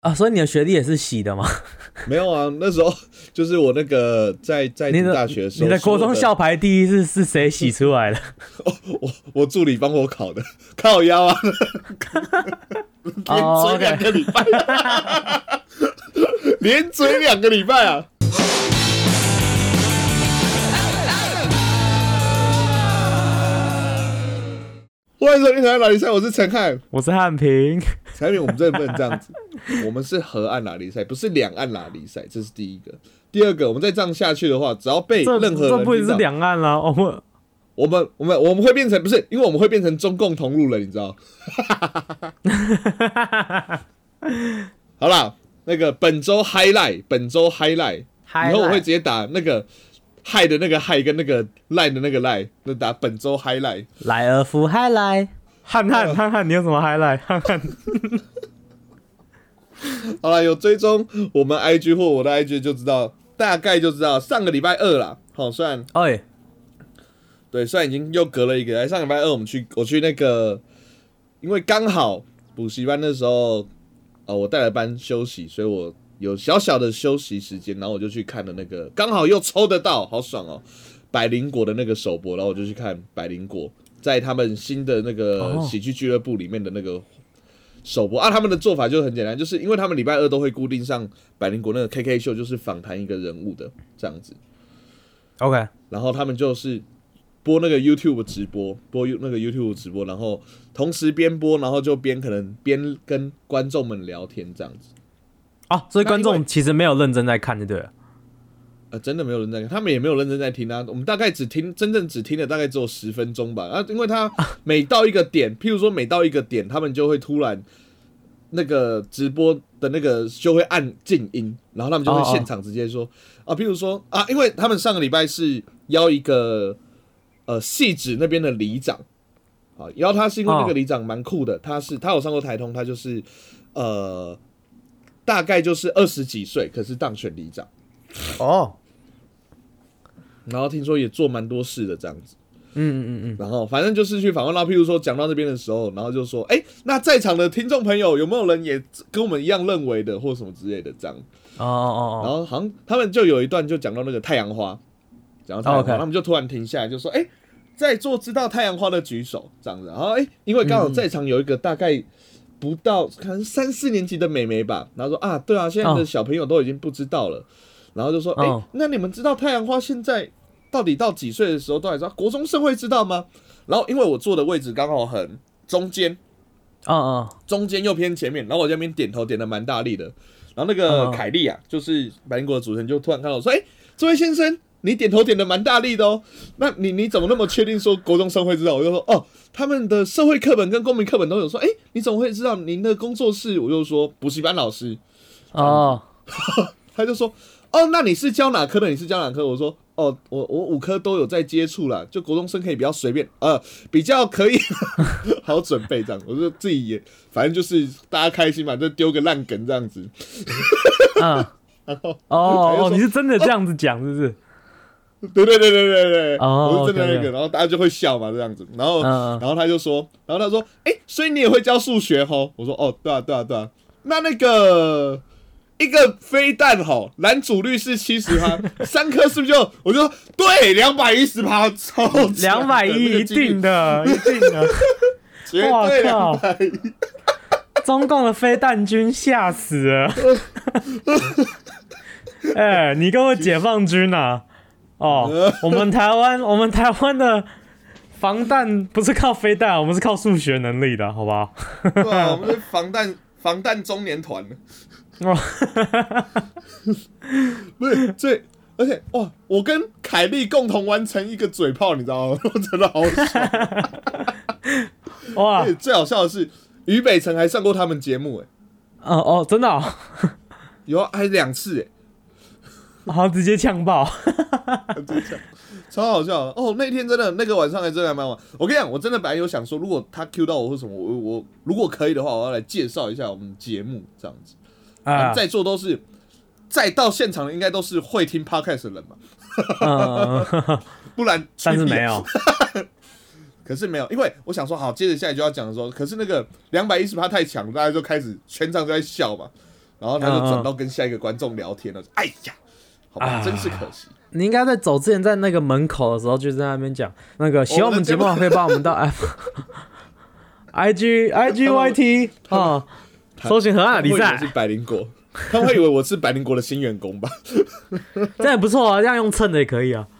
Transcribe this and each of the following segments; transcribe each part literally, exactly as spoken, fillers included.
啊，所以你的学历也是洗的吗？ 没有啊，那时候就是我那个在在读大学的时候， 你的国中校牌第一是是谁洗出来的？ 哦、我我助理帮我考的，靠腰啊，连追两个礼拜， oh, okay. 连追两个礼拜啊！欢迎收听《河岸拉力赛》，我是陈汉， 我是汉平。 陈汉平，我们真的不能这样子，我们是河岸拉力赛，不是两岸拉力赛，这是第一个。第二个，我们再这样下去的话，只要被任何人这不是两岸啦，我们我们我们我们会变成不是，因为我们会变成中共同路人，你知道？好啦，那个本周 highlight， 本周 highlight， 以后我会直接打那个。嗨的那个嗨跟那个赖的那个赖，就打本周 highlight。 莱尔夫 highlight， 汉汉汉汉，你有什么 highlight？ 汉汉。 好啦，有追踪我们 I G 或我的 I G 就知道，大概就知道上个礼拜二啦。好、哦，虽然， 哎， 对，虽然已经又隔了一个，上个礼拜二我们去，我去那个，因为刚好补习班那时候，哦，我带了班休息，所以我。有小小的休息时间，然后我就去看了那个，刚好又抽得到，好爽哦！百灵果的那个首播，然后我就去看百灵果在他们新的那个喜剧俱乐部里面的那个首播、oh. 啊。他们的做法就很简单，就是因为他们礼拜二都会固定上百灵果那个 K K 秀，就是访谈一个人物的这样子。 OK， 然后他们就是播那个 YouTube 直播，播那个 YouTube 直播，然后同时边播，然后就边可能边跟观众们聊天这样子。 啊，所以观众其实没有认真在看，就对了。 呃，真的没有认真在看，他们也没有认真在听啊。我们大概只听，真正只听了大概只有十分钟吧。啊，因为他每到一个点，譬如说每到一个点，他们就会突然那个直播的那个就会按静音，然后他们就会现场直接说、oh, oh. 啊，譬如说啊，因为他们上个礼拜是邀一个呃汐止那边的里长啊，邀他是因为那个里长蛮酷的，他是他有上过台通，他就是呃。大概就是二十几岁，可是当选里长哦。Oh. 然后听说也做蛮多事的这样子， 嗯嗯嗯。 然后反正就是去访问到，譬如说讲到这边的时候，然后就说，哎、欸，那在场的听众朋友有没有人也跟我们一样认为的，或什么之类的这样。 哦哦哦。 然后好像他们就有一段就讲到那个太阳花，讲到太阳花， oh, okay. 他们就突然停下来，就说，哎、欸，在座知道太阳花的举手这样子。然后哎、欸，因为刚好在场有一个大概。不到可能三四年级的妹妹吧，然后说啊，对啊，现在的小朋友都已经不知道了， oh. 然后就说，哎、欸，那你们知道太阳花现在到底到几岁的时候都还知道？国中生会知道吗？然后因为我坐的位置刚好很中间， 嗯嗯， 中间又偏前面，然后我在那边点头点的蛮大力的，然后那个凯莉啊， oh. 就是百灵果的主持人就突然看到我说，哎、欸，这位先生。你点头点的蛮大力的哦，那你你怎么那么确定说国中生会知道？我就说哦，他们的社会课本跟公民课本都有说，哎、欸，你怎么会知道？您的工作室，我就说补习班老师哦， 他就说哦，那你是教哪科的？你是教哪科？我说哦，我我五科都有在接触啦，就国中生可以比较随便，呃，比较可以好准备这样。我说自己也反正就是大家开心嘛，就丢个烂梗这样子。 嗯，然后哦哦，你是真的这样子讲，是不是？ 对对对对对对， oh, 我是真的那个， okay, okay. 然后大家就会笑嘛，这样子，然后， uh, 然后他就说，然后他说，哎、欸，所以你也会教数学吼？我说，哦，对啊，对啊，对啊。那那个一个飞弹吼，拦阻率是七十趴，三颗是不是就？我就说对，两百一十趴，超两百一一定的，一定的， 绝对两百一。 中共的飞弹军吓死了！哎、欸，你跟我解放军啊！哦，我们台湾，我们台湾的防弹不是靠飞弹，我们是靠数学能力的，好不好？ 对啊，我们是防弹防弹中年团。哦，不是，所以而且哇，我跟凯莉共同完成一个嘴炮，你知道吗？我真的好爽！哇，最好笑的是，于北辰还上过他们节目，哎， 哦哦，真的、哦， 有还两次，哎。 好，直接呛爆， 超好笑的哦！那天真的那个晚上还真的还蛮晚。我跟你讲，我真的本来有想说，如果他 Q 到我或什么，我我如果可以的话，我要来介绍一下我们节目这样子。啊，在座都是再到现场的，应该都是会听 podcast 的人嘛。嗯，不然但是没有。 可是没有，因为我想说，好，接着下来就要讲的时候，可是那个两百一十趴太强，大家就开始全场就在笑嘛。 然后他就转到跟下一个观众聊天了。哎呀，好吧，啊、真是可惜。 你应该在走之前，在那个门口的时候就在那边讲，那个喜欢我们节目可以帮我们到 F I G I G Y T 啊，搜寻河岸比赛。 是百灵果，他们会以为我是百灵果的新员工吧？ 这也不错啊，这样用蹭的也可以啊。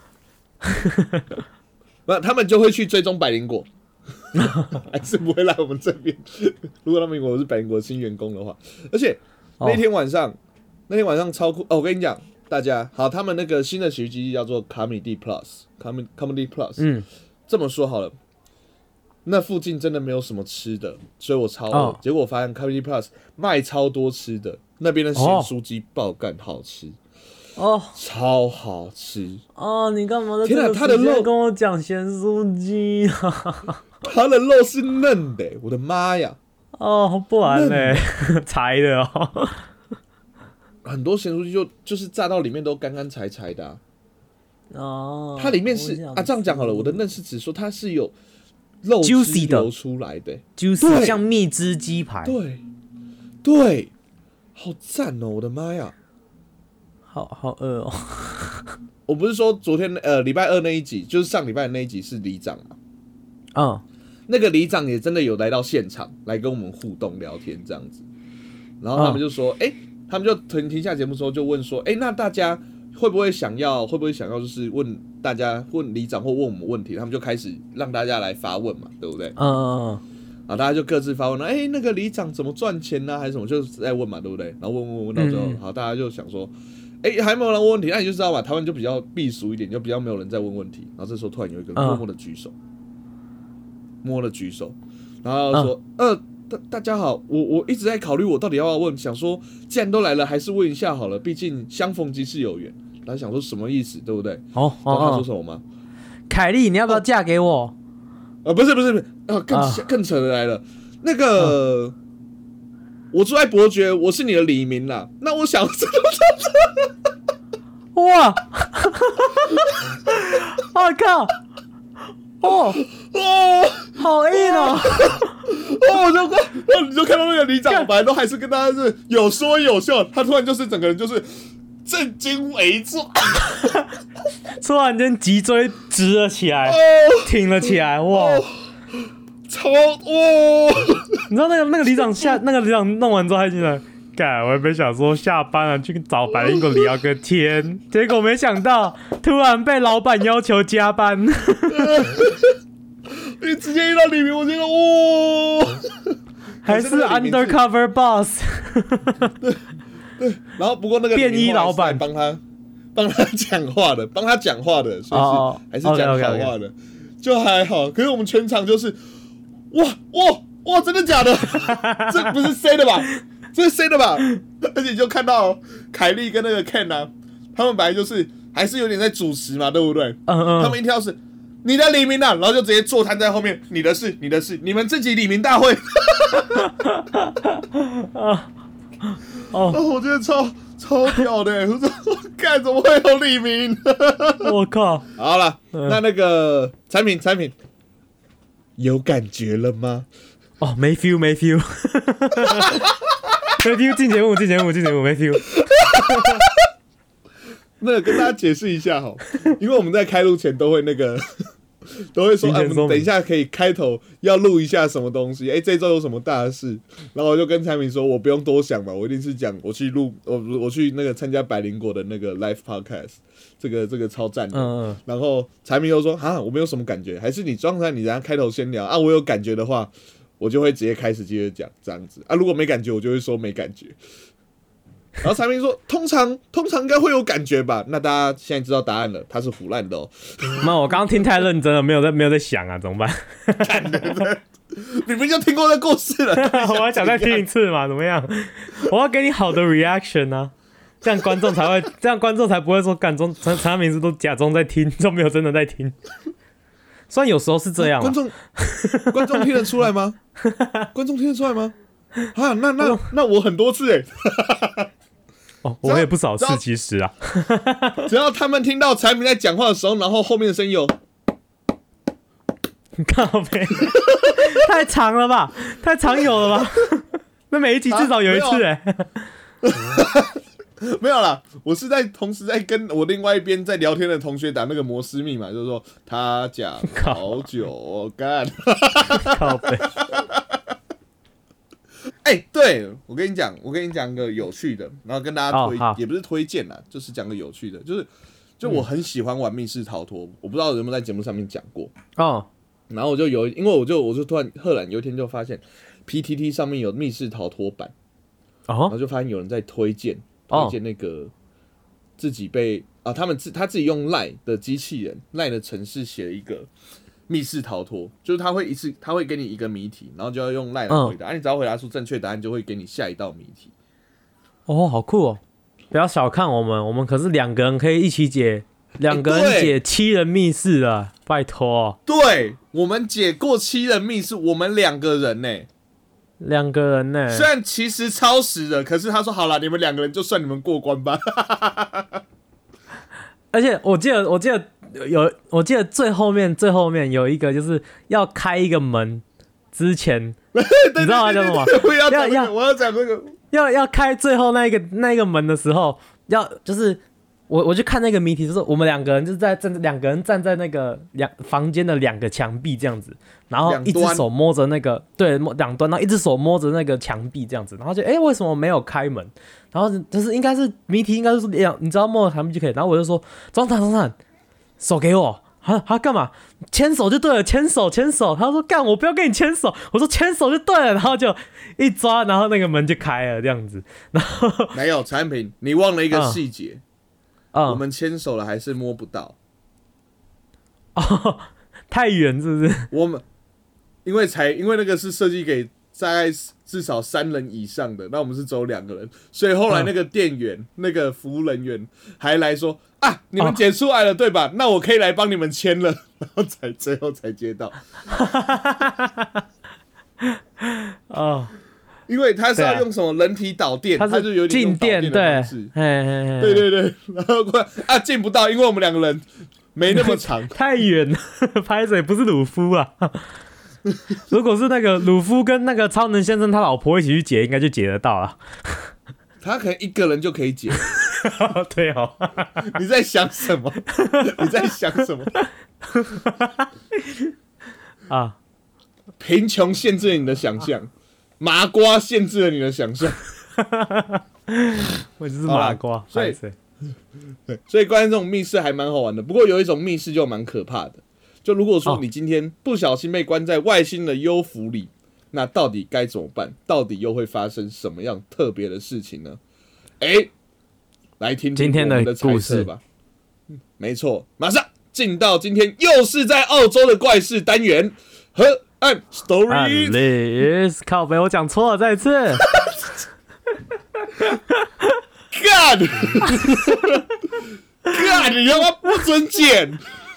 那他们就会去追踪百灵果，还是不会来我们这边。如果他们以为我是百灵果的新员工的话，而且那天晚上，哦、那天晚上超酷哦！我跟你讲。大家好，他们那个新的喜剧基地叫做 Comedy Plus，Comedy Plus。嗯，这么说好了，那附近真的没有什么吃的，所以我超饿。哦、结果我发现 Comedy Plus 卖超多吃的，那边的咸酥鸡爆干好吃，哦，超好吃。 哦，你干嘛在这个时间跟我讲咸酥鸡啊？ 它的肉是嫩的、欸，我的妈呀！ 哦，不然嘞，柴的哦。 很多咸酥鸡就就是炸到里面都干干柴柴的、啊，哦，它里面是啊，这样讲好了，我的嫩是指说它是有肉汁流出来的 ，juicy 像蜜汁鸡排， 对对，好赞哦！我的妈呀， 好好饿哦！ 我不是说昨天呃礼拜二那一集，就是上礼拜的那一集是里长嘛，嗯，那个里长也真的有来到现场来跟我们互动聊天这样子，然后他们就说，哎、嗯。欸他们就停停下节目的时候就问说，哎、欸，那大家会不会想要，会不会想要，就是问大家问里长或问我们问题？他们就开始让大家来发问嘛，对不对？嗯嗯嗯。然后大家就各自发问了，哎、欸，那个里长怎么赚钱呢、啊？还是什么？就是在问嘛，对不对？然后问问问到最后，好，大家就想说，哎、欸，还没有人问问题，那你就知道嘛，台湾就比较避俗一点，就比较没有人在问问题。然后这时候突然有一个人默默的举手，默默的举手，然后说，呃。大大家好，我我一直在考虑我到底要不要问，想说既然都来了，还是问一下好了，毕竟相逢即是有缘。然后想说什么意思，对不对？哦，知道他说什么吗？ 凯莉，你要不要嫁给我？ 呃，不是不是不是，啊，更、uh, 更扯的来了，那个、uh, 我住在伯爵，我是你的李明啦。那我想什么？哇！我靠！哦哦，好硬哦！ 哦，我就看，你就看到那个里长，本来都还是跟大家是有说有笑，他突然就是整个人就是震惊为坐， 突然间脊椎直了起来，哦、挺了起来，哇！哦、 超哇！ 你知道那个那个里长下那个里长弄完之后，他进来，干，我也没想说下班了去找百灵果聊个天，结果没想到突然被老板要求加班。 你直接遇到李明，我觉得哇， 还是 undercover boss。 对对，然后不过那个便衣老板帮他帮他讲话的，帮他讲话的，所以是还是讲好话的，就还好。可是我们全场就是哇哇哇，真的假的？这不是 C 的吧？这是 C 的吧？而且就看到凯莉跟那个 Ken 啊，他们本来就是还是有点在主持嘛，对不对？嗯嗯。他们一听到是你的李明啊，然后就直接坐摊在后面，你的事，你的事，你们自己李明大会。哦哦，我觉得超超屌的，我说干怎么会有李明？ 我靠！ 好了，那那个产品产品有感觉了吗？ 哦，没 feel 没 feel， 没 feel 进节目进节目进节目没 feel。 那个跟大家解释一下哈，因为我们在开录前都会那个都会说，哎、啊，我们等一下可以开头要录一下什么东西，哎、欸，这周有什么大事，然后我就跟产品说，我不用多想嘛，我一定是讲我去录，我我去那个参加百灵果的那个 live podcast， 这个这个超赞的，嗯嗯，然后产品又说，啊，我没有什么感觉，还是你刚才你等下开头先聊啊，我有感觉的话，我就会直接开始接着讲这样子啊，如果没感觉，我就会说没感觉。然后产品说：“通常通常应该会有感觉吧？那大家现在知道答案了，他是唬烂的哦。 妈，我刚刚听太认真了，没有在没有在想啊，怎么办？ 你们就听过这故事了， 我要想再听一次嘛？怎么样？我要给你好的 reaction 啊，这样观众才会，这样观众才不会说干中陈陈名字都假装在听，都没有真的在听。虽然有时候是这样、啊， 观众观众听得出来吗？观众听得出来吗？啊，那那那我很多次哎、欸。” 哦，我也不少次，其实啊， 只要他们听到产品在讲话的时候，然后后面的声音有， 靠北，太长了吧，太常有了吧？那每一集至少有一次哎、欸。 没有啦，我是在同时在跟我另外一边在聊天的同学打那个摩斯密码，就是说他讲好久干， 靠北。 哎、欸，对我跟你讲，我跟你讲个有趣的，然后跟大家推， 哦、 也不是推荐啦，就是讲个有趣的，就是就我很喜欢玩密室逃脱，嗯、我不知道有没有在节目上面讲过哦。 然后我就有，因为我就我就突然赫然有一天就发现 P T T 上面有密室逃脱版， 哦， 然后就发现有人在推荐推荐那个自己被啊，他们自他自己用 Line 的机器人 Line 的程式写了一个密室逃脱，就是他会一次他会给你一个谜题，然后就要用 Line 来回答，嗯啊、你只要回答出正确答案，就会给你下一道谜题。 哦，好酷哦！不要小看我们，我们可是两个人可以一起解。两个人解七人密室啊，拜托！ 对，我们解过七人密室，我们两个人呢、欸， 两个人呢、欸， 虽然其实超时的，可是他说好了，你们两个人就算你们过关吧。 而且我记得，我记得有，我记得最后面最后面有一个就是要开一个门之前， 你知道他叫什么吗？ 我要讲、那個、我要讲这个， 要要开最后那一个那一个门的时候，要就是。我我去看那个谜题，就是我们两个人就是在站，两个人站在那个两房间的两个墙壁这样子，然后一只手摸着那个对两端，然后一只手摸着那个墙壁这样子，然后就哎、欸、为什么没有开门？然后就是应该是谜题应该是两，你知道摸着墙壁就可以。然后我就说庄坦庄坦，手给我，他他干嘛？牵手就对了，牵手牵手。他说干，我不要跟你牵手。我说牵手就对了，然后就一抓，然后那个门就开了这样子。然后没有产品，你忘了一个细节。嗯嗯、 我们牵手了还是摸不到哦，太远是不是？ 我们因为才因为那个是设计给大概至少三人以上的，那我们是只有两个人，所以后来那个店员、嗯、那个服务人员还来说啊，你们解出来了、哦、对吧？那我可以来帮你们牵了，然后才最后才接到。 哦。 因为他是要用什么人体导电，他就有点用导电的方式，对对对，然后啊进不到，因为我们两个人没那么长， 太远了，拍水不是鲁夫啊。如果是那个鲁夫跟那个超能先生他老婆一起去解，应该就解得到了。 他可能一个人就可以解。 对哦， 你在想什么？你在想什么？ 啊， 贫穷限制了你的想象。麻瓜限制了你的想象， 我就是麻瓜， 所以所以关于这种密室还蛮好玩的。不过有一种密室就蛮可怕的，就如果说你今天不小心被关在外星的幽浮里，那到底该怎么办？到底又会发生什么样特别的事情呢？哎、欸，来听听我们的猜测吧。没错，马上进到今天又是在澳洲的怪事单元和。I'm story is 靠北，我讲错了，再一次。 干，干，你他妈不准剪，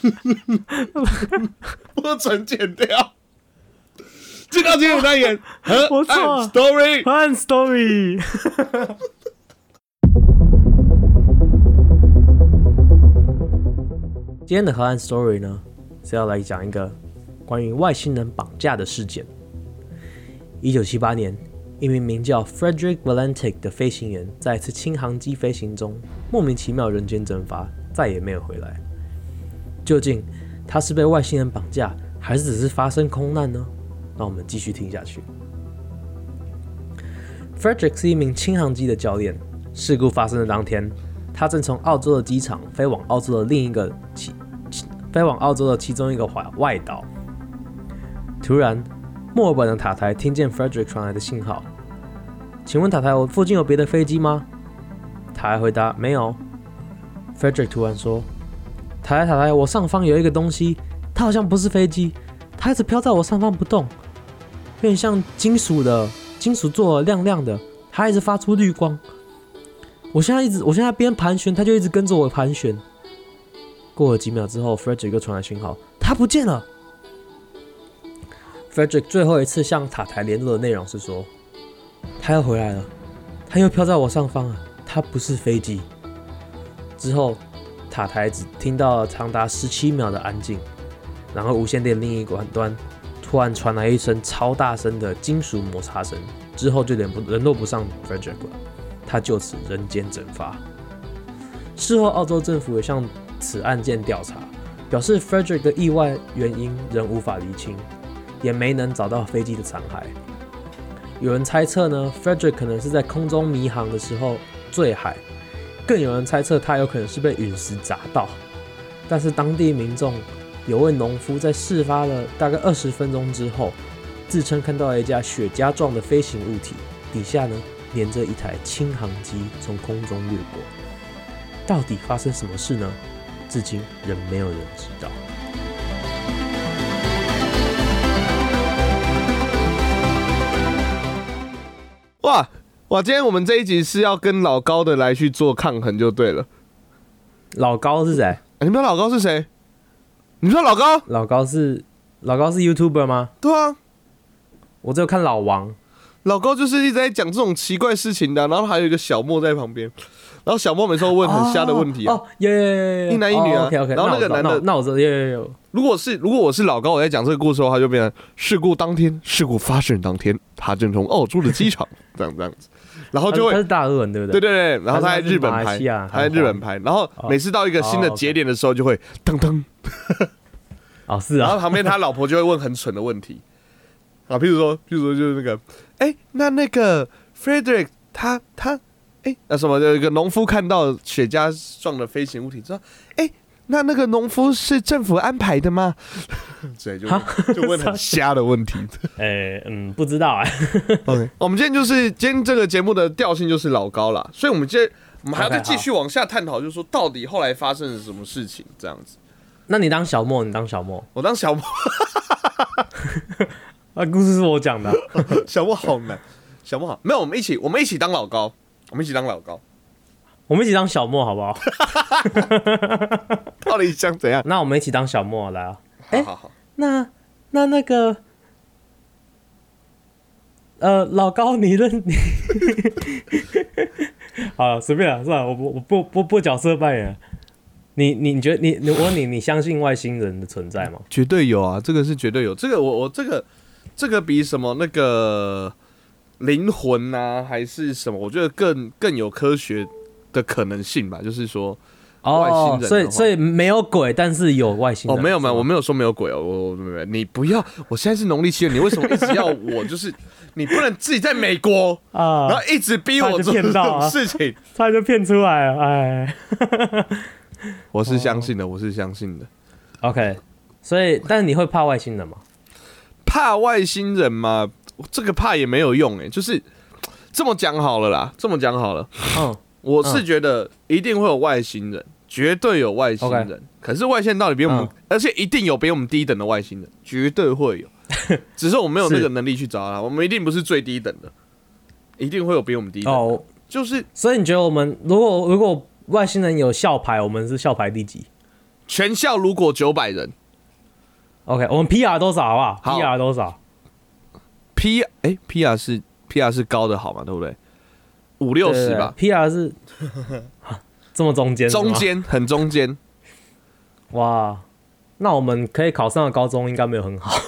不准剪掉。进到今天的单元和 I'm story，I'm story。今天的河岸 story 呢，是要来讲一个。关于外星人绑架的事件。一九七八年，一名名叫 Frederick Valentic 的飞行员在一次轻航机飞行中莫名其妙人间蒸发，再也没有回来。究竟他是被外星人绑架，还是只是发生空难呢？让我们继续听下去。Frederick 是一名轻航机的教练。事故发生的当天，他正从澳洲的机场飞往澳洲的另一个其飞往澳洲的其中一个外岛。突然，墨尔本的塔台听见 Frederick 传来的信号。请问塔台，我附近有别的飞机吗？塔台回答没有。Frederick 突然说：塔台塔台，我上方有一个东西，它好像不是飞机，它一直飘在我上方不动，有点像金属的，金属做的亮亮的，它一直发出绿光。我现在一直，我现在边盘旋，它就一直跟着我盘旋。过了几秒之后 ，Frederick 又传来讯号，它不见了。Frederick 最后一次向塔台联络的内容是说，他又回来了，他又飘在我上方了，他不是飞机。之后，塔台只听到了长达十七秒的安静，然后无线电另一端突然传来一声超大声的金属摩擦声，之后就联联络不上 Frederick 了。 他就此人间蒸发。事后，澳洲政府也向此案件调查，表示 Frederick 的意外原因仍无法厘清，也没能找到飞机的残骸。有人猜测呢 ，Frederick 可能是在空中迷航的时候坠海，更有人猜测他有可能是被陨石砸到。但是当地民众有位农夫在事发了大概二十分钟之后，自称看到了一架雪茄状的飞行物体，底下呢连着一台轻航机从空中掠过。到底发生什么事呢？至今仍没有人知道。 哇哇！今天我们这一集是要跟老高的来去做抗衡就对了。 老高是谁？欸、 你们知道老高是谁？你知道老高？ 老高是老高是 YouTuber 吗？ 对啊， 我只有看老王。 老高就是一直在讲这种奇怪事情的、啊，然后还有一个小莫在旁边，然后小莫每次都问很瞎的问题啊。 哦，有有有有， 一男一女啊。 哦、OK OK， 然后那个男的， 那我知道，有有有。 如果是如果我是老高，我在讲这个故事的话，就变成事故当天，事故发生当天，他正从澳洲的机场这样这样子，然后就会他是大陆人对不对？ 对对对，然后他在日本拍，他在日本拍，然后每次到一个新的节点的时候，就会噔噔。 哦，是啊。 然后旁边他老婆就会问很蠢的问题。啊，譬如说，譬如说就是那个，哎、欸，那那个 Frederick 他他，哎、欸，那什么，有一个农夫看到雪茄状的飞行物体，说，哎、欸，那那个农夫是政府安排的吗？对，就就问很瞎的问题。 哎、欸，嗯，不知道哎、欸。 OK， 我们今天就是今天这个节目的调性就是老高啦，所以我们今天我们还要再继续往下探讨，就是说到底后来发生了什么事情这样子。 那你当小莫，你当小莫， 我当小莫。 啊，故事是我讲的、啊， 小莫好难，小莫好，没有，我们一起，我们一起当老高，我们一起当老高， 我们一起当小莫好不好？ 到底想怎样？ 那我们一起当小莫来啊！ 哎、欸，好好， 那那那个，呃，老高你认你？好了，随便了，算了，我不我不不不角色扮演。你你你觉得你你我问你，你相信外星人的存在吗？ 绝对有啊，这个是绝对有。这个我我这个这个比什么那个灵魂啊，还是什么？我觉得更更有科学的可能性吧。就是说，外星人的话， 哦，所以所以没有鬼，但是有外星人。 哦，没有没有，我没有说没有鬼哦。我我没有，你不要，我现在是农历七月，你为什么一直要我？就是你不能自己在美国啊，然后一直逼我做这种事情， 他就骗出来了，哎。 我是相信的，我是相信的。 OK， 所以，但是你会怕外星人吗？ 怕外星人吗？这个怕也没有用哎、欸，就是这么讲好了啦，这么讲好了。嗯，我是觉得一定会有外星人，绝对有外星人。Okay. 可是外星人到底比我们，嗯、而且一定有比我们低等的外星人，绝对会有。只是我们没有那个能力去找他，我们一定不是最低等的，一定会有比我们低等的。哦，就是， 所以你觉得我们如果如果外星人有校牌，我们是校牌第几？ 全校如果九百人 ，OK， 我们 P R 多少好不好？好 P R 多少 ？P 哎、欸、，P R 是 P R 是高的好嘛，对不对？五六十吧。 P R 是这么中间， 中间很中间。 哇，那我们可以考上的高中应该没有很好。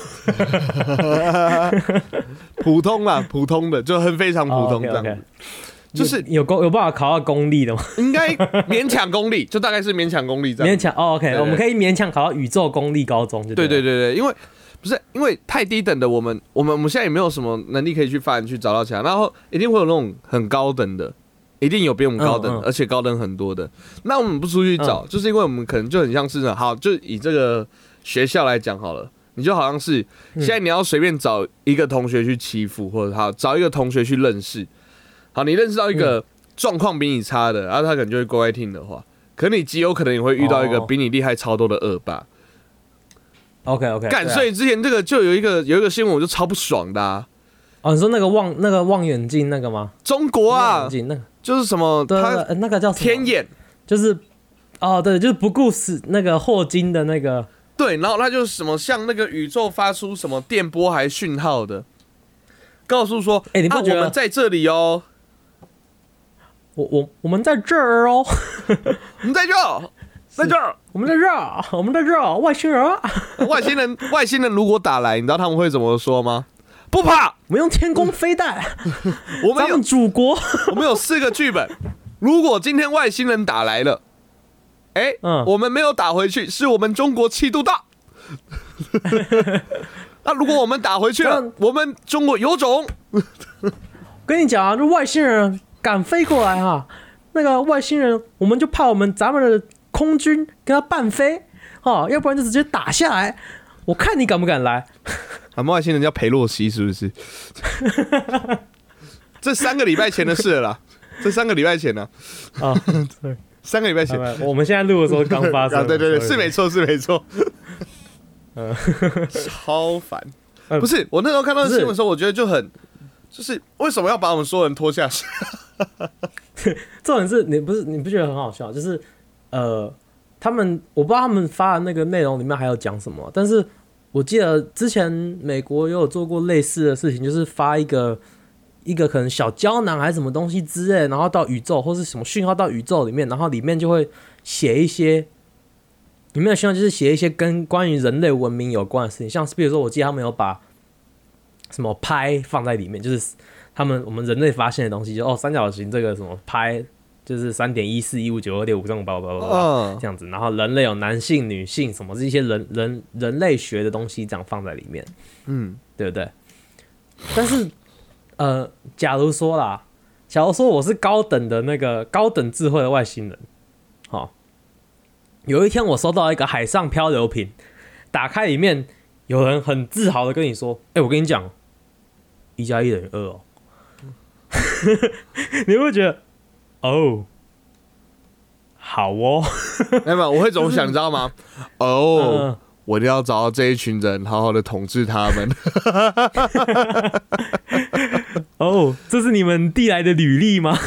普通啦，普通的就很非常普通这样子。Oh, okay, okay. 就是有有有办法考到公立的吗？ 应该勉强公立，就大概是勉强公立这样。 勉强哦 ，OK， 我们可以勉强考到宇宙公立高中就对。 对对对对，因为不是因为太低等的，我们我们我们现在也没有什么能力可以去发展去找到其他，然后一定会有那种很高等的，一定有比我们高等的，嗯嗯而且高等很多的。那我们不出去找，嗯、就是因为我们可能就很像是好，就以这个学校来讲好了，你就好像是现在你要随便找一个同学去欺负，或者好找一个同学去认识。好，你认识到一个状况比你差的，然后他可能就会乖乖听的话，可你极有可能也会遇到一个比你厉害超多的恶霸。 OK OK， 干，所以之前这个就有一个有一个新闻，我就超不爽的啊。 哦，你说那个望那个望远镜那个吗？ 中国啊， 望远镜那个就是什么？ 对对对，那个叫什么？ 天眼， 就是哦，对，就是不顾死那个霍金的那个。 对，然后他就什么向那个宇宙发出什么电波还讯号的，告诉说，哎、欸，你不觉得、啊、我们在这里哦？ 我我我们在这儿哦， 我们在这儿，在这儿， 我们在这儿，我们在这儿，外星人， 外星人，外星人如果打来，你知道他们会怎么说吗？不不怕， 我们用天宫飞弹， 我们有咱们祖国， 我们有四个剧本。如果今天外星人打来了，哎、欸嗯，我们没有打回去，是我们中国气度大。那如果我们打回去了，我们中国有种。 跟你讲啊，就外星人敢飞过来啊，那个外星人，我们就怕我们咱们的空军跟他伴飞啊，要不然就直接打下来。我看你敢不敢来？ 他们外星人叫裴洛西，是不是？这三个礼拜前的事了啦。这三个礼拜前呢、啊？啊，对，三个礼拜前。 我们现在录的时候刚发生。 啊，对对对，是没错，是没错。嗯，超烦。不是，我那时候看到新闻的时候，我觉得就很，就是为什么要把我们所有人拖下去？ 重点是你不是你不觉得很好笑？就是呃，他们我不知道他们发的那个内容里面还有讲什么，但是我记得之前美国也有做过类似的事情，就是发一个。一个可能小胶囊还是什么东西之类，然后到宇宙或是什么讯号到宇宙里面，然后里面就会写一些，里面的讯号就是写一些跟关于人类文明有关的事情，像是比如说我记得他们有把什么拍放在里面，就是他们我们人类发现的东西，就哦三角形这个什么拍就是三点一四一五九二点五这种包包包这样子，然后人类有男性、女性什么是一些人人人类学的东西这样放在里面，嗯，对不对？但是。呃，假如说啦，假如说我是高等的那个高等智慧的外星人，好，有一天我收到一个海上漂流瓶，打开里面有人很自豪的跟你说：“哎、欸，我跟你讲，一加一等于二哦。”你会觉得哦，好哦， 没有，我会怎么想，你知道吗？哦。呃我一定要找到这一群人，好好的统治他们。 哦，这是你们递来的履历吗？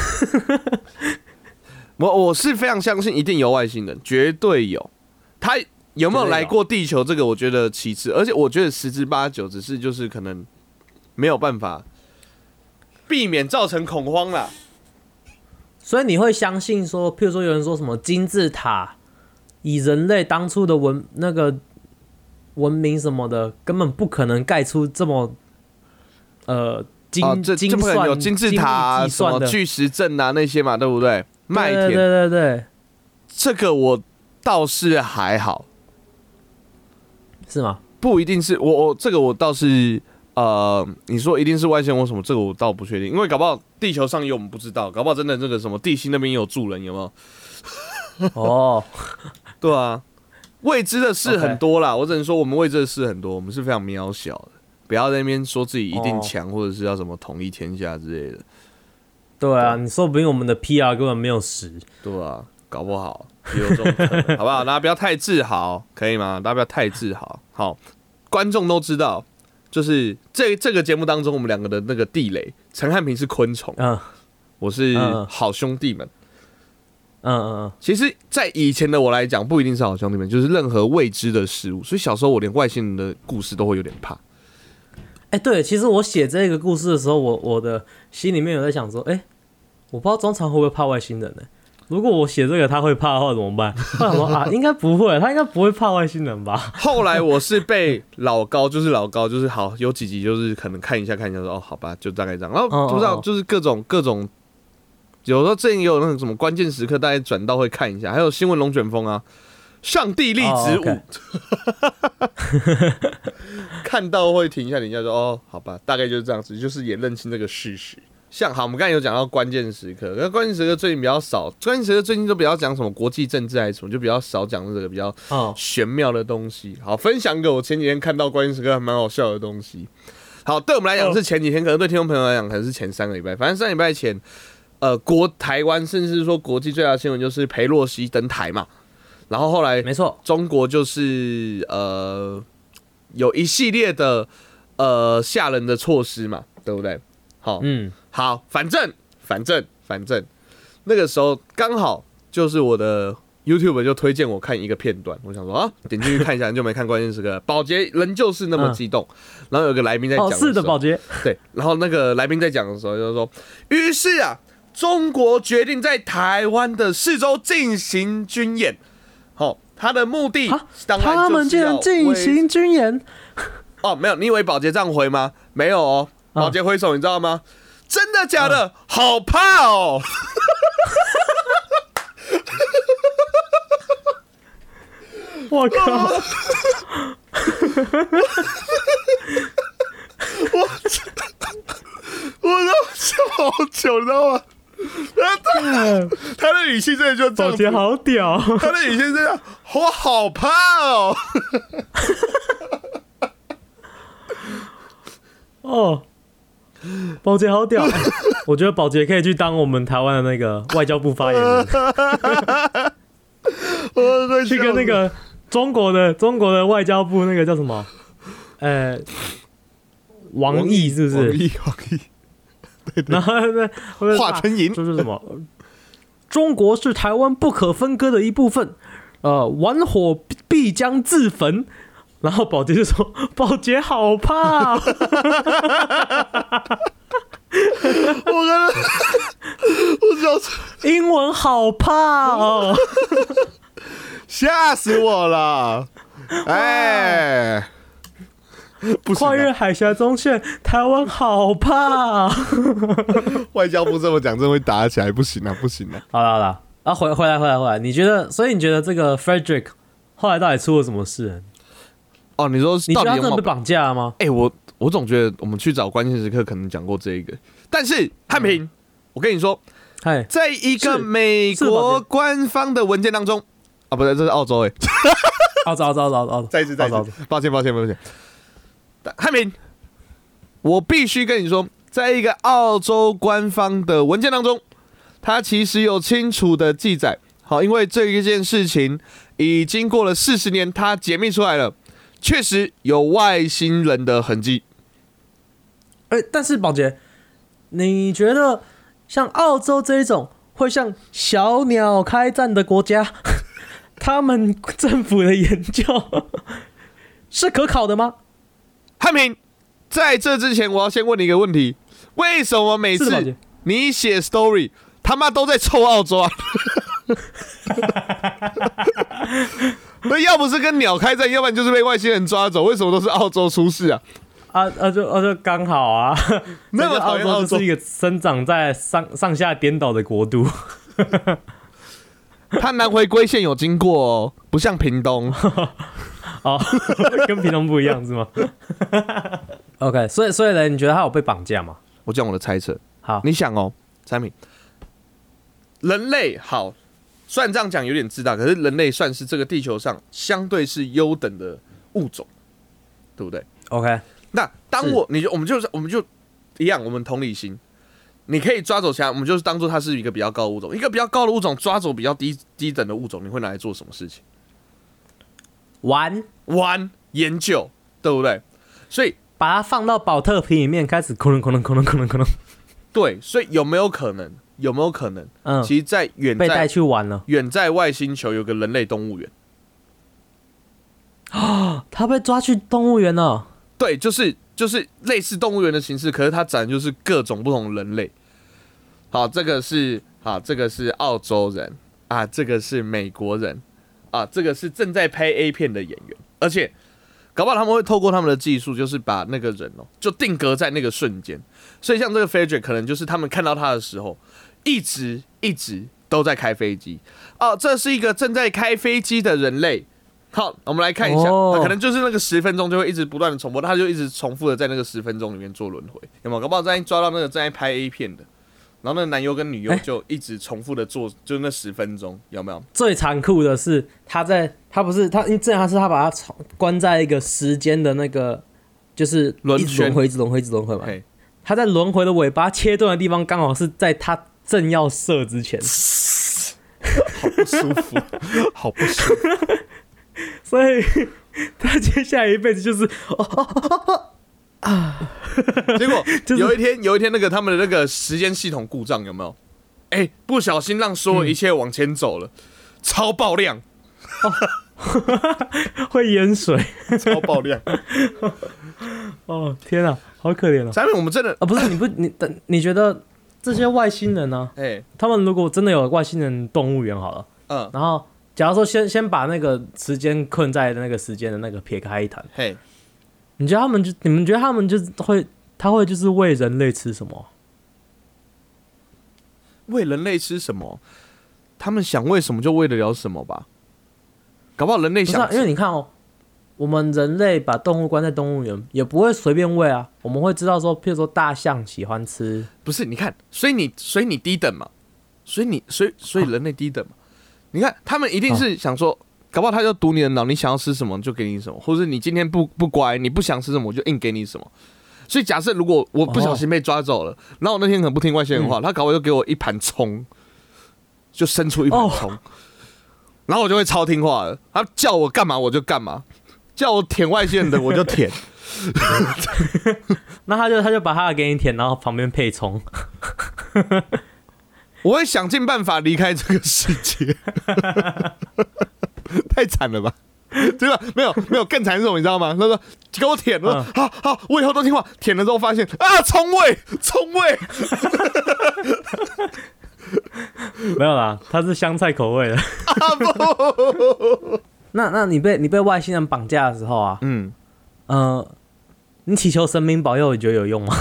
我我是非常相信一定有外星人，绝对有。他有没有来过地球？这个我觉得其次，而且我觉得十之八九只是就是可能没有办法避免造成恐慌啦。 所以你会相信说，譬如说有人说什么金字塔，以人类当初的文那个。文明什么的，根本不可能盖出这么呃精、哦、这精算有金字塔、啊、什么巨石阵啊那些嘛，对不对？麦田， 对对对对， 这个我倒是还好， 是吗？ 不一定是我我这个我倒是呃，你说一定是外星人或什么，这个我倒不确定，因为搞不好地球上有我们不知道，搞不好真的这个什么地心那边也有住人，有没有？哦，对啊。未知的事很多啦， okay. 我只能说我们未知的事很多，我们是非常渺小的，不要在那边说自己一定强，oh. 或者是要什么统一天下之类的。 对啊，对你说不定我们的 P R 根本没有十。 对啊，搞不好也有这种可能，好不好？大家不要太自豪，可以吗？大家不要太自豪。好，观众都知道，就是这这个节目当中，我们两个的那个地雷，陈汉平是昆虫，嗯，我是好兄弟们。嗯嗯嗯，其实，在以前的我来讲，不一定是好兄弟们，就是任何未知的事物。所以小时候我连外星人的故事都会有点怕。 哎、欸，对，其实我写这个故事的时候，我我的心里面有在想说，哎、欸，我不知道中常会不会怕外星人呢、欸？如果我写这个他会怕的话怎么办？后来我说啊，应该不会，他应该不会怕外星人吧？ 后来我是被老高，就是老高，就是好有几集就是可能看一下看一下说哦，好吧，就大概这样。然后不知道就是各种各种。有时候之前也有那种什么关键时刻，大家转到会看一下，还有新闻龙卷风啊，上帝粒子舞， oh, okay. 看到会停一下，停一下说哦，好吧，大概就是这样子，就是也认清这个事实。像好，我们刚才有讲到关键时刻，那关键时刻最近比较少，关键时刻最近都比较讲什么国际政治还是什么，就比较少讲这个比较玄妙的东西。好，分享给我前几天看到关键时刻还蛮好笑的东西。好，对我们来讲是前几天，可能对听众朋友来讲可能是前三个礼拜，反正三个礼拜前。呃，国台湾甚至说国际最大的新闻就是裴洛西登台嘛，然后后来没错， 中国就是呃有一系列的呃吓人的措施嘛，对不对？好，嗯，好，反正反正反正那个时候刚好就是我的 YouTube 就推荐我看一个片段，我想说啊，点进去看一下，很久没看关键时刻，宝洁仍旧是那么激动，嗯、然后有个来宾在讲的时候， 哦，是的，宝洁， 对，然后那个来宾在讲的时候就是说，于是啊。中国决定在台湾的四周进行军演，好、哦，他的目的当然就是要他们竟然进行军演， 哦，没有，你以为宝洁这样回吗？没有哦，宝洁挥手，你知道吗？真的假的？嗯、好怕哦！ 我靠！ 我我都笑好久，你知道吗？他他的语气真的就这样子， 宝洁好屌， 他的语气是这样，我好怕哦。 哦，宝洁好屌！我觉得宝洁可以去当我们台湾的那个外交部发言人，去跟那个中国的中国的外交部那个叫什么？呃，王毅是不是？ 王毅，王毅。对对， 然后华春莹就是什么？中国是台湾不可分割的一部分，呃，玩火必将自焚。然后宝洁就说：“宝洁好怕、哦。” 我刚刚我笑， 英文好怕哦， 吓死我了！哎。 跨越海峡中线，台湾好怕、哦。 外交部这么讲，真会打起来，不行啊，不行啊！ 好了好了，啊回回来回来回来，你觉得？所以你觉得这个 Frederick 后来到底出了什么事？ 哦，你说你觉得他真的被绑架了吗？ 哎、欸，我我总觉得我们去找关键时刻可能讲过这一个，但是汉平，嗯、我跟你说，在一个美国官方的文件当中，啊，不对，这是澳洲哎、欸， 澳洲澳洲澳洲澳洲， 再一次再一次，抱歉抱歉抱歉。汉平，我必须跟你说，在一个澳洲官方的文件当中，它其实有清楚的记载。好，因为这一件事情已经过了四十年，它解密出来了，确实有外星人的痕迹。 哎、欸，但是宝洁，你觉得像澳洲这一种会像小鸟开战的国家，他们政府的研究是可考的吗？ 汉平，在这之前，我要先问你一个问题：为什么每次你写 story， 他妈都在臭澳洲啊？那要不是跟鸟开战，要不然就是被外星人抓走，为什么都是澳洲出事啊？ 啊啊就啊就刚好啊， 那么讨厌澳洲， 就是一个生长在上上下颠倒的国度。 它南回归线有经过哦，不像屏东。 哦，跟屏东不一样是吗？OK， 所以所以呢，你觉得他有被绑架吗？ 我讲我的猜测。 好， 你想哦，产品，人类好，虽然这样讲有点自大，可是人类算是这个地球上相对是优等的物种，对不对 ？OK， 那当我你就我们就是我们就一样，我们同理心，你可以抓走其他，我们就是当做它是一个比较高的物种，一个比较高的物种抓走比较低低等的物种，你会拿来做什么事情？ 玩玩研究，对不对？所以把它放到保特瓶里面，开始可能可能可能可能可能。 对，所以有没有可能？有没有可能？嗯，其实，在远在被带去玩了， 远在外星球有个人类动物园。 哦，他被抓去动物园了。 对，就是就是类似动物园的形式，可是它展的就是各种不同的人类。好，这个是好，这个是澳洲人啊，这个是美国人。啊，这个是正在拍 A 片的演员，而且搞不好他们会透过他们的技术，就是把那个人哦，就定格在那个瞬间。所以像这个 Frederick 可能就是他们看到他的时候，一直一直都在开飞机。哦，这是一个正在开飞机的人类。好，我们来看一下，哦、他可能就是那个十分钟就会一直不断的重播，他就一直重复的在那个十分钟里面做轮回，有没有？搞不好在抓到那个正在拍 A 片的。然后那个男优跟女优就一直重复的做，欸、就是那十分钟，有没有？ 最残酷的是，他在他不是他，因为这样是他把他关在一个时间的那个，就是一直轮回，一直轮回，一直轮回嘛。他在轮回的尾巴切断的地方，刚好是在他正要射之前， 好不舒服，好不舒服。 所以他接下来一辈子就是哦哦哦哦。啊！ 结果有一天，有一天那个他们的那个时间系统故障，有没有？哎、欸，不小心让所有一切往前走了，嗯、超爆量， 哦、会淹水， 超爆量。 哦天啊，好可怜哦！ 下面我们真的啊，不是你不你你觉得这些外星人呢、啊？哎、欸，他们如果真的有外星人动物园好了，嗯，然后假如说先先把那个时间困在那个时间的那个撇开一谈，嘿。 你觉得他们就你们觉得他们就是会他会就是喂人类吃什么？ 喂人类吃什么？他们想喂什么就喂得了什么吧。搞不好人类想、 啊，因为你看哦，我们人类把动物关在动物园，也不会随便喂啊。我们会知道说，譬如说大象喜欢吃， 不是？你看，所以你所以你低等嘛，所以你所以所以人类低等嘛。你看，他们一定是想说，搞不好他就读你的脑，你想要吃什么就给你什么，或者你今天不不乖，你不想吃什么我就硬给你什么。所以假设如果我不小心被抓走了，然后我那天可能不听外星人的话，他搞不好就给我一盘葱，就生出一盘葱。然后我就会超听话的，他叫我干嘛我就干嘛，叫我舔外线的我就舔。 那他就他就把他的给你舔，然后旁边配葱。 我会想尽办法离开这个世界。太惨了吧？对吧？没有没有更惨是什么？你知道吗？他说给我舔，我说好好，我以后都听话。舔了之后发现啊，葱味，葱味。 没有啦，它是香菜口味的。 啊不！ 那那你被你被外星人绑架的时候啊，嗯呃，你祈求神明保佑，你觉得有用吗？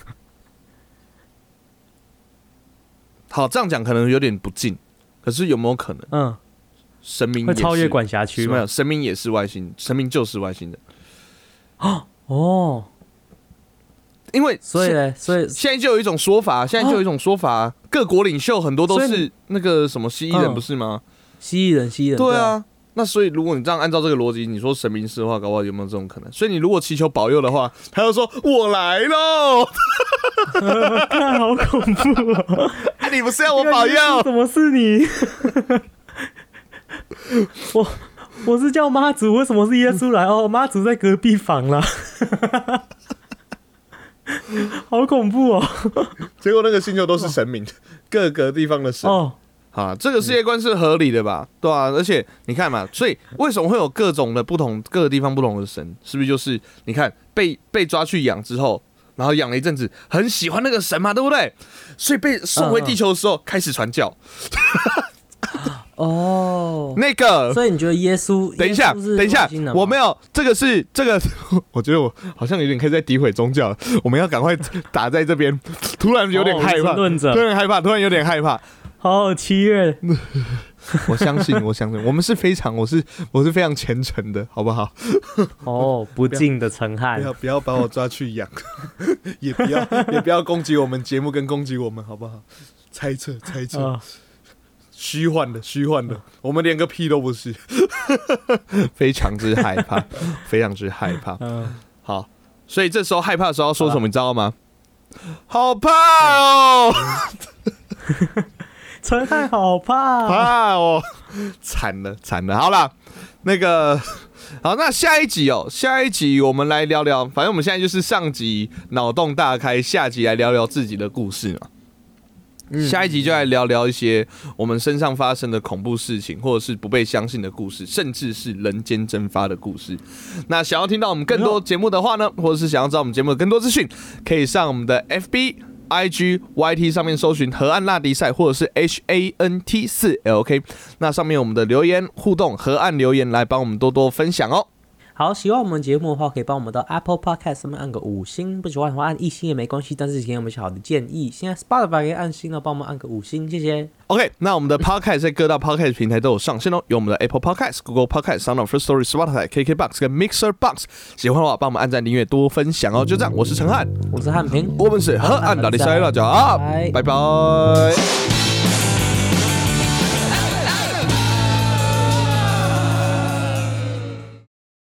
好，这样讲可能有点不敬，可是有没有可能？嗯，神明也是会超越管辖区吗？ 没有，神明也是外星，神明就是外星人。 哦。因为所以呢，所以现在就有一种说法，现在就有一种说法，啊、各国领袖很多都是那个什么蜥蜴人，不是吗？ 蜥蜴人，蜥蜴人。 对啊，那所以如果你这样按照这个逻辑，你说神明是的话，搞不好有没有这种可能？所以你如果祈求保佑的话，他就说我来喽， 看好恐怖哦！ 啊，你不是要我保佑？ 怎么是你？我我是叫妈祖，为什么是耶稣来？哦，妈祖在隔壁房啦。好恐怖哦！ 结果那个星球都是神明，各个地方的神。哦，啊，这个世界观是合理的吧？对啊，而且你看嘛，所以为什么会有各种的不同，各个地方不同的神？是不是就是你看被被抓去养之后，然后养了一阵子，很喜欢那个神嘛，对不对？所以被送回地球的时候，开始传教。 哦， 那个， 所以你觉得耶稣？ 等一下，等一下，我没有这个是这个，我觉得我好像有点开始在诋毁宗教了。我们要赶快打在这边，突然有点害怕， 哦、 突然害怕，突然有点害怕。 好，七月， 我相信，我相信，我们是非常，我是我是非常虔诚的，好不好？ 哦，不敬的陈汉， 不要不要把我抓去养，也不要也不要攻击我们节目跟攻击我们，好不好？猜测猜测。哦，虚幻的，虚幻的，我们连个屁都不是，非常之害怕，非常之害怕。嗯，好，所以这时候害怕的时候要说什么，你知道吗？好怕哦， 陈汉好怕， 怕哦，惨了，惨了。好啦，那个，好，那下一集哦，下一集我们来聊聊，反正我们现在就是上集脑洞大开，下集来聊聊自己的故事嘛。下一集就来聊聊一些我们身上发生的恐怖事情，或者是不被相信的故事，甚至是人间蒸发的故事。那想要听到我们更多节目的话呢，或者是想要知道我们节目的更多资讯，可以上我们的 F B、I G、Y T 上面搜寻河岸拉迪赛，或者是 H A N T 四 L K。那上面我们的留言互动，河岸留言来帮我们多多分享哦。 好，喜欢我们节目的话，可以帮我们到 Apple Podcast 上面按个五星；不喜欢的话，按一星也没关系。但是给我们一些好的建议。现在 Spotify 可以按星了，帮我们按个五星，谢谢。 OK， 那我们的 Podcast 在各大 Podcast 平台都有上线哦，有我们的 Apple Podcast、Google Podcast、SoundOn、Firstory、Spotify、K K Box 跟 Mixer Box。喜欢的话，帮我们按赞、订阅、多分享哦。就这样，我是陈汉， 我是汉平， 我们是河岸拉迪赛，大家好，拜拜。